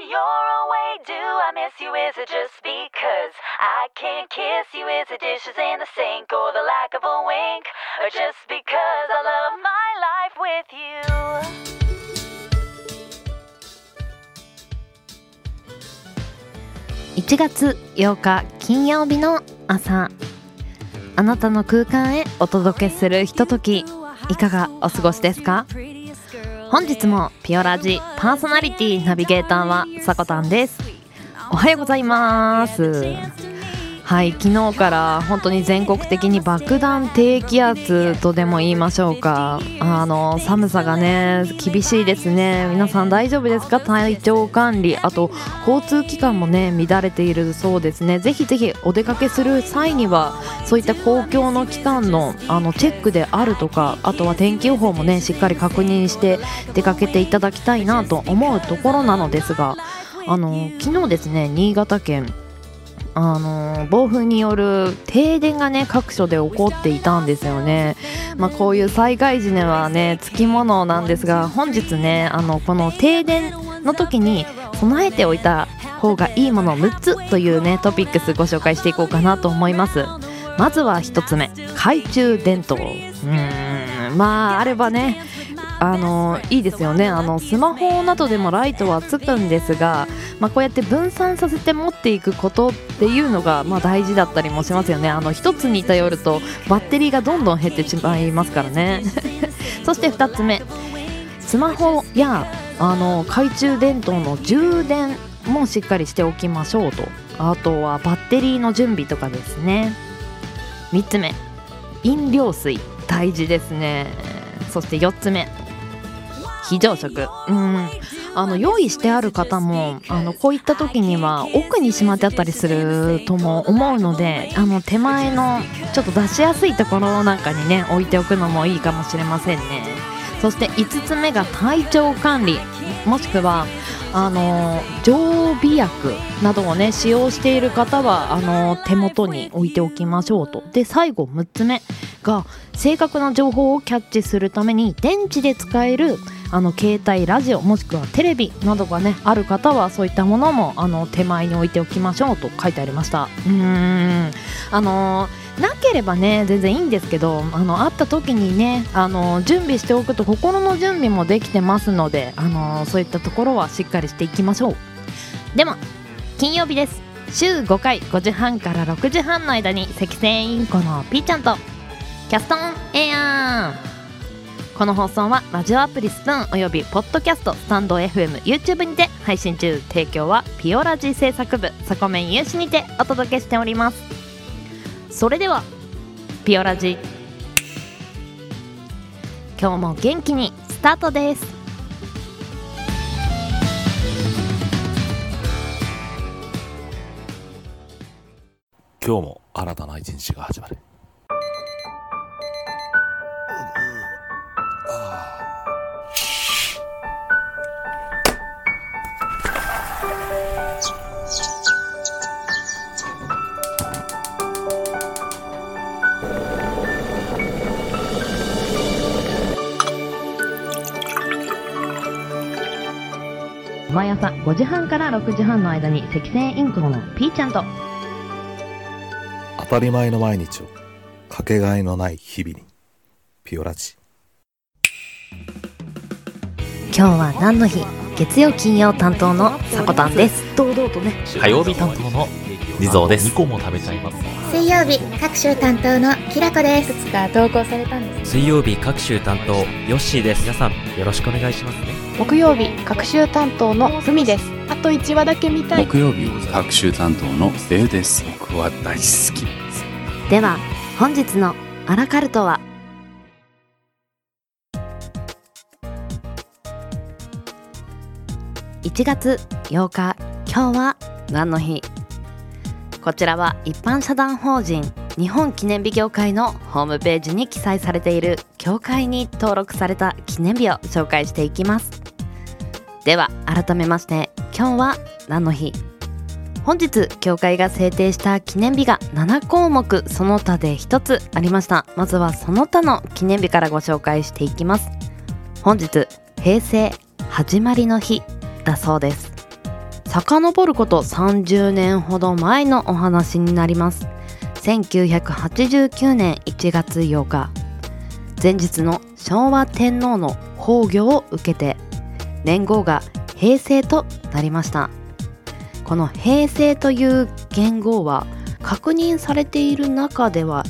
you're away, do I miss you? Is it just because I can't kiss you? Is it dishes in the sink or the lack of a wink? Or just because I love my life with you? 1月8日金曜日の朝、あなたの空間へお届けするひととき、いかがお過ごしですか？本日もピオラジパーソナリティナビゲーターはさこたんです。おはようございます。はい、昨日から本当に全国的に爆弾低気圧とでも言いましょうか、寒さがね厳しいですね。皆さん大丈夫ですか？体調管理、あと交通機関もね乱れているそうですね。ぜひぜひお出かけする際にはそういった公共の機関のチェックであるとか、あとは天気予報もねしっかり確認して出かけていただきたいなと思うところなのですが、昨日ですね、新潟県暴風による停電がね各所で起こっていたんですよね。こういう災害時にはねつきものなんですが、本日ねこの停電の時に備えておいた方がいいもの6つというねトピックスご紹介していこうかなと思います。まずは1つ目、懐中電灯。あればねいいですよね。スマホなどでもライトはつくんですが、こうやって分散させて持っていくことっていうのが大事だったりもしますよね。一つに頼るとバッテリーがどんどん減ってしまいますからねそして2つ目、スマホや懐中電灯の充電もしっかりしておきましょうと。あとはバッテリーの準備とかですね。3つ目、飲料水大事ですね。そして4つ目、非常食。用意してある方もこういった時には奥にしまってあったりするとも思うので、手前のちょっと出しやすいところなんかにね置いておくのもいいかもしれませんね。そして5つ目が体調管理、もしくは常備薬などをね使用している方は手元に置いておきましょうと。で最後6つ目が正確な情報をキャッチするために電池で使える携帯ラジオもしくはテレビなどがねある方はそういったものも手前に置いておきましょうと書いてありました。なければね全然いいんですけど、会った時にね準備しておくと心の準備もできてますので、そういったところはしっかりしていきましょう。でも金曜日です。週5回5時半から6時半の間に赤線インコのピーちゃんとキャストオンエアー。この放送はラジオアプリスプーンおよびポッドキャスト、スタンド FM、YouTube にて配信中。提供はピオラジ制作部サコメン有志にてお届けしております。それではピオラジ、今日も元気にスタートです。 今日も新たな一日が始まる。 毎朝5時半から6時半の間に赤線インコのピーちゃんと当たり前の毎日をかけがえのない日々に。ピオラジ。 今日は何の日？月曜金曜担当のさこたんです。堂々とね。 火曜日担当のリゾーです。2個も食べちゃいます。 水曜日各週担当のきらこです。 いくつか投稿されたんです。 水曜日各週担当ヨッシーです。皆さんよろしくお願いしますね。 木曜日各週担当のふみです。あと1話だけ見たい。 木曜日各週担当のレイです。僕は大好きです。 では本日のアラカルトは1月8日、今日は何の日？こちらは一般社団法人日本記念日協会のホームページに記載されている協会に登録された記念日を紹介していきます。では改めまして今日は何の日？本日協会が制定した記念日が7項目その他で1つありました。まずはその他の記念日からご紹介していきます。本日平成始まりの日だそうです。 遡ること30年ほど前のお話になります。1989年1月8日、前日の昭和天皇の崩御を受けて年号が平成となりました。この平成という元号は確認されている中では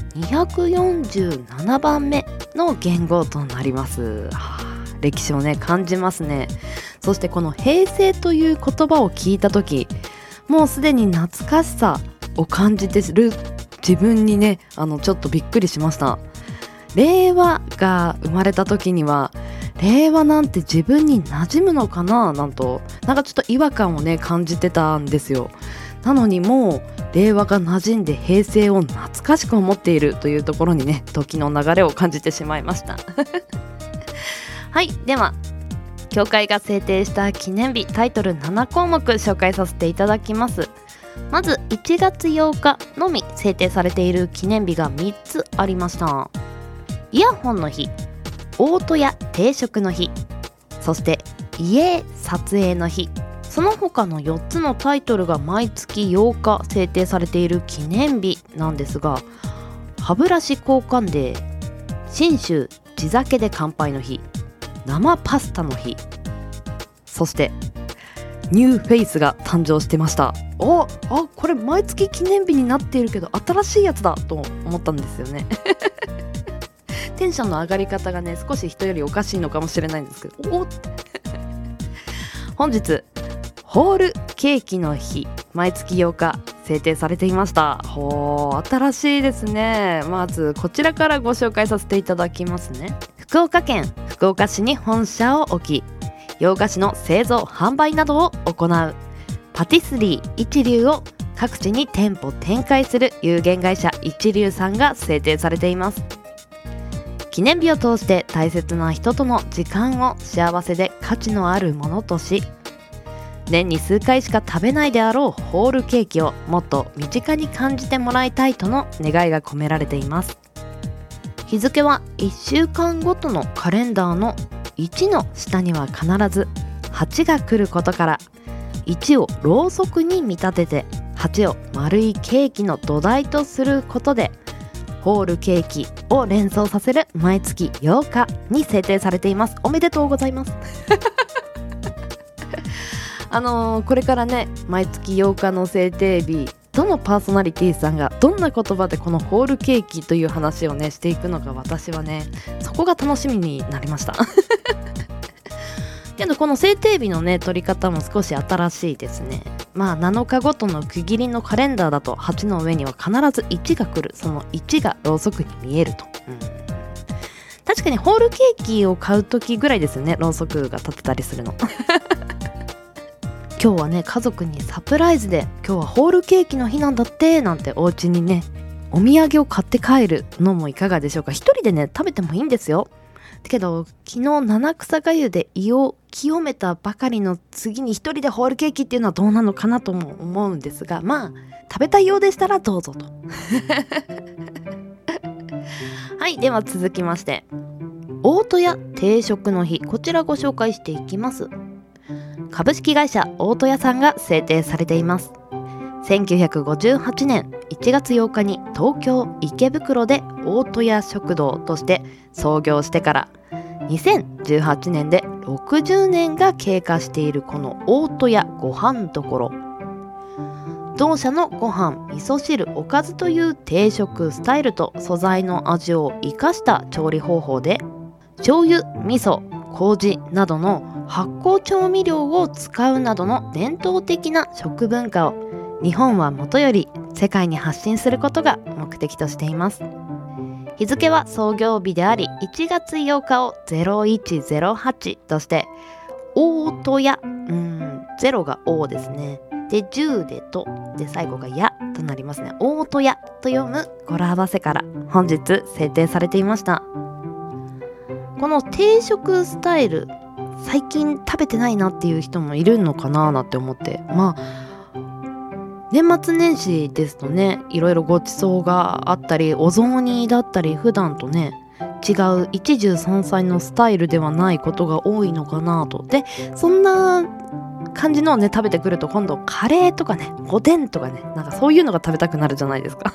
247番目の元号となります。歴史をね感じますね。そしてこの平成という言葉を聞いた時、もうすでに懐かしさを感じてる自分にねちょっとびっくりしました。令和が生まれた時には令和なんて自分に馴染むのかななんかちょっと違和感をね感じてたんですよ。なのにもう令和が馴染んで平成を懐かしく思っているというところにね時の流れを感じてしまいましたはい、では協会が制定した記念日タイトル7項目紹介させていただきます。まず1月8日のみ制定されている記念日が3つありました。イヤホンの日、大戸屋定食の日、そして家撮影の日。その他の4つのタイトルが毎月8日制定されている記念日なんですが、歯ブラシ交換デー、信州地酒で乾杯の日、生パスタの日、そしてニューフェイスが誕生してました。これ毎月記念日になっているけど新しいやつだと思ったんですよねテンションの上がり方がね少し人よりおかしいのかもしれないんですけど本日ホールケーキの日、毎月8日制定されていました。新しいですね。まずこちらからご紹介させていただきますね。福岡県福岡市に本社を置き、洋菓子の製造販売などを行うパティスリー一流を各地に店舗展開する有限会社一流さんが制定されています。記念日を通して大切な人との時間を幸せで価値のあるものとし、年に数回しか食べないであろうホールケーキをもっと身近に感じてもらいたいとの願いが込められています。日付は1週間ごとのカレンダーの1の下には必ず8が来ることから、1をろうそくに見立てて8を丸いケーキの土台とすることで、ホールケーキを連想させる毎月8日に制定されています。おめでとうございますこれからね毎月8日の制定日、どのパーソナリティさんがどんな言葉でこのホールケーキという話をねしていくのか、私はねそこが楽しみになりましたけどこの制定日のね取り方も少し新しいですね。7日ごとの区切りのカレンダーだと8の上には必ず1が来る。その1がろうそくに見えると、確かにホールケーキを買う時ぐらいですよね、ろうそくが立ってたりするの今日はね家族にサプライズで今日はホールケーキの日なんだってなんてお家にねお土産を買って帰るのもいかがでしょうか。一人でね食べてもいいんですよ。だけど昨日七草がゆで胃を清めたばかりの次に一人でホールケーキっていうのはどうなのかなとも思うんですが、食べたいようでしたらどうぞとはい、では続きまして大戸屋定食の日、こちらご紹介していきます。株式会社大戸屋さんが制定されています。1958年1月8日に東京池袋で大戸屋食堂として創業してから2018年で60年が経過しているこの大戸屋ご飯処。同社のご飯、味噌汁、おかずという定食スタイルと素材の味を生かした調理方法で、醤油、味噌、麹などの発酵調味料を使うなどの伝統的な食文化を日本はもとより世界に発信することが目的としています。日付は創業日であり1月8日を0108として大戸屋、0がOですね。で10でとで最後がやとなりますね。大戸屋と読む語呂合わせから本日制定されていました。この定食スタイル最近食べてないなっていう人もいるのかなって思って、年末年始ですとねいろいろごちそうがあったりお雑煮だったり普段とね違う一汁三菜のスタイルではないことが多いのかなと。でそんな感じのをね食べてくると、今度カレーとかねおでんとかね、なんかそういうのが食べたくなるじゃないですか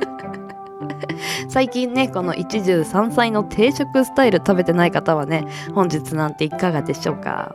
最近ねこの一汁三菜の定食スタイル食べてない方はね、本日なんていかがでしょうか。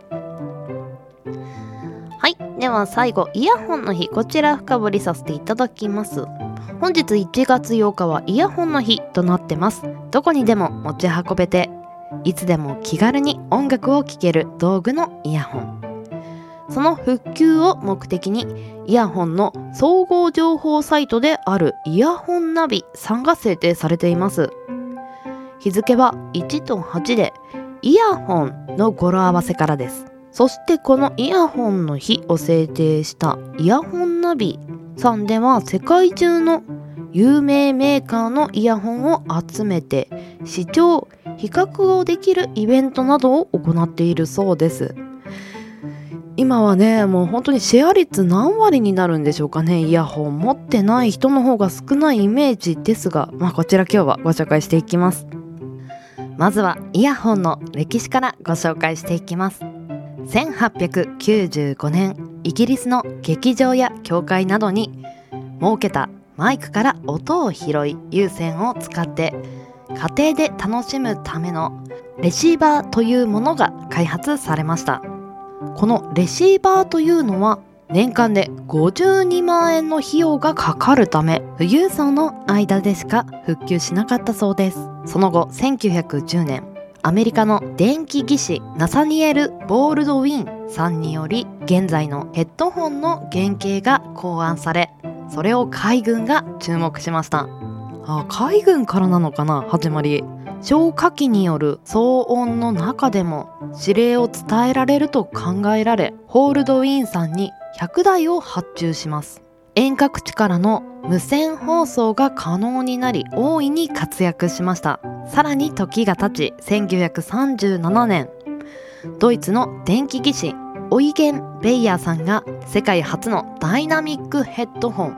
はい、では最後イヤホンの日、こちら深掘りさせていただきます。本日1月8日はイヤホンの日となってます。どこにでも持ち運べて、いつでも気軽に音楽を聴ける道具のイヤホン。その普及を目的にイヤホンの総合情報サイトであるイヤホンナビさんが制定されています。日付は1と8でイヤホンの語呂合わせからです。そしてこのイヤホンの日を制定したイヤホンナビさんでは、世界中の有名メーカーのイヤホンを集めて試聴・比較をできるイベントなどを行っているそうです。今はねもう本当にシェア率何割になるんでしょうかね。イヤホン持ってない人の方が少ないイメージですが、こちら今日はご紹介していきます。まずはイヤホンの歴史からご紹介していきます。1895年、イギリスの劇場や教会などに設けたマイクから音を拾い、有線を使って家庭で楽しむためのレシーバーというものが開発されました。このレシーバーというのは年間で52万円の費用がかかるため、富裕層の間でしか普及しなかったそうです。その後1910年、アメリカの電気技師ナサニエル・ボールドウィンさんにより現在のヘッドホンの原型が考案され、それを海軍が注目しました。海軍からなのかな始まり。消火器による騒音の中でも指令を伝えられると考えられ、ホールドウィンさんに100台を発注します。遠隔地からの無線放送が可能になり、大いに活躍しました。さらに時が経ち、1937年、ドイツの電気技師オイゲン・ベイヤーさんが世界初のダイナミックヘッドホン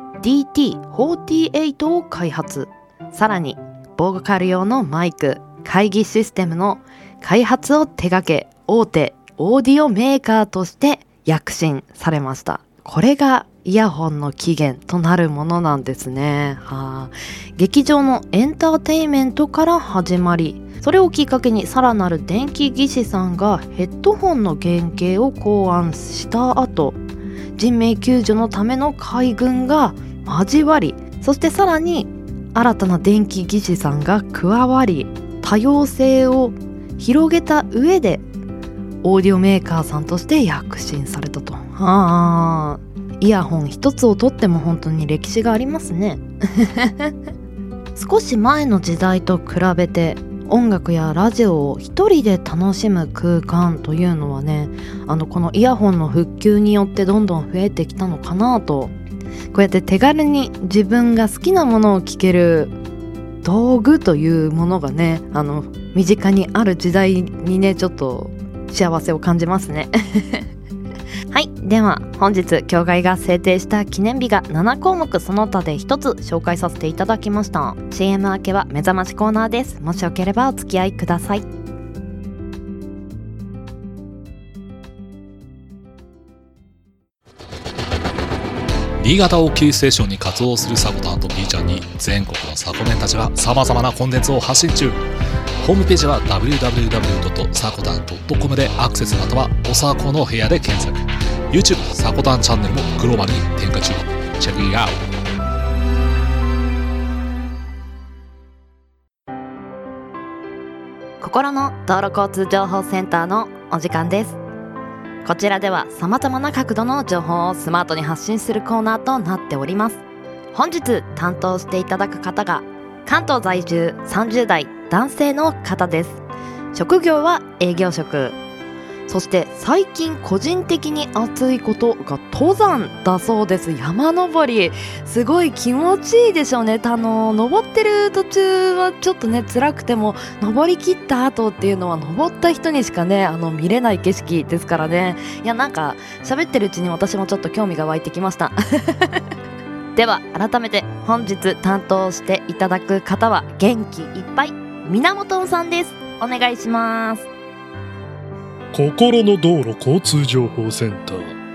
DT48 を開発。さらにボーカル用のマイク、会議システムの開発を手掛け、大手オーディオメーカーとして躍進されました。これがイヤホンの起源となるものなんですね。劇場のエンターテインメントから始まり、それをきっかけにさらなる電気技師さんがヘッドホンの原型を考案した後、人命救助のための海軍が交わり、そしてさらに新たな電気技師さんが加わり、多様性を広げた上でオーディオメーカーさんとして躍進されたと。イヤホン一つをとっても本当に歴史がありますね少し前の時代と比べて音楽やラジオを一人で楽しむ空間というのはね、このイヤホンの普及によってどんどん増えてきたのかなと。こうやって手軽に自分が好きなものを聴ける道具というものがね、身近にある時代にね、ちょっと幸せを感じますねはい、では本日協会が制定した記念日が7項目その他で1つ紹介させていただきました。 CM 明けは目覚ましコーナーです。もしよければお付き合いください。 新潟をキーステーションに活動するサコタンと B ちゃんに全国のサコメンたちは様々なコンテンツを発信中。ホームページは www.sakotan.com でアクセス、またはおさこの部屋で検索。 YouTube サコタンチャンネルもグローバルに展開中。チェックイットアウト。心の道路交通情報センターのお時間です。こちらでは様々な角度の情報をスマートに発信するコーナーとなっております。本日担当していただく方が関東在住30代男性の方です。職業は営業職。そして最近個人的に熱いことが登山だそうです。山登りすごい気持ちいいでしょうね。登ってる途中はちょっとね辛くても、登り切った後っていうのは登った人にしかね見れない景色ですからね。いや、なんか喋ってるうちに私もちょっと興味が湧いてきましたでは改めて本日担当していただく方は元気いっぱい源さんです。お願いします。 心の道路交通情報センター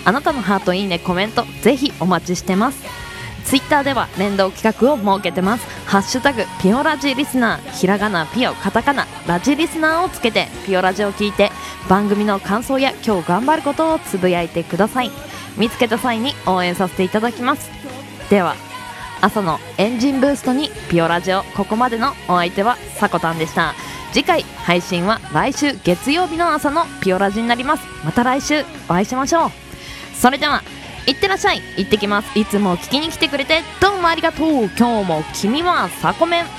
あなたのハート、いいね、コメントぜひお待ちしてます。ツイッターでは連動企画を設けてます。ハッシュタグピオラジリスナー、ひらがなピオ、カタカナラジリスナーをつけてピオラジを聞いて番組の感想や今日頑張ることをつぶやいてください。見つけた際に応援させていただきます。では朝のエンジンブーストにピオラジオ、ここまでのお相手はさこたんでした。次回配信は来週月曜日の朝のピオラジになります。また来週お会いしましょう。それではいってらっしゃい、行ってきます。いつも聞きに来てくれてどうもありがとう。今日も君はサコメン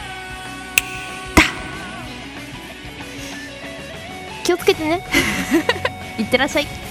気をつけてねいってらっしゃい。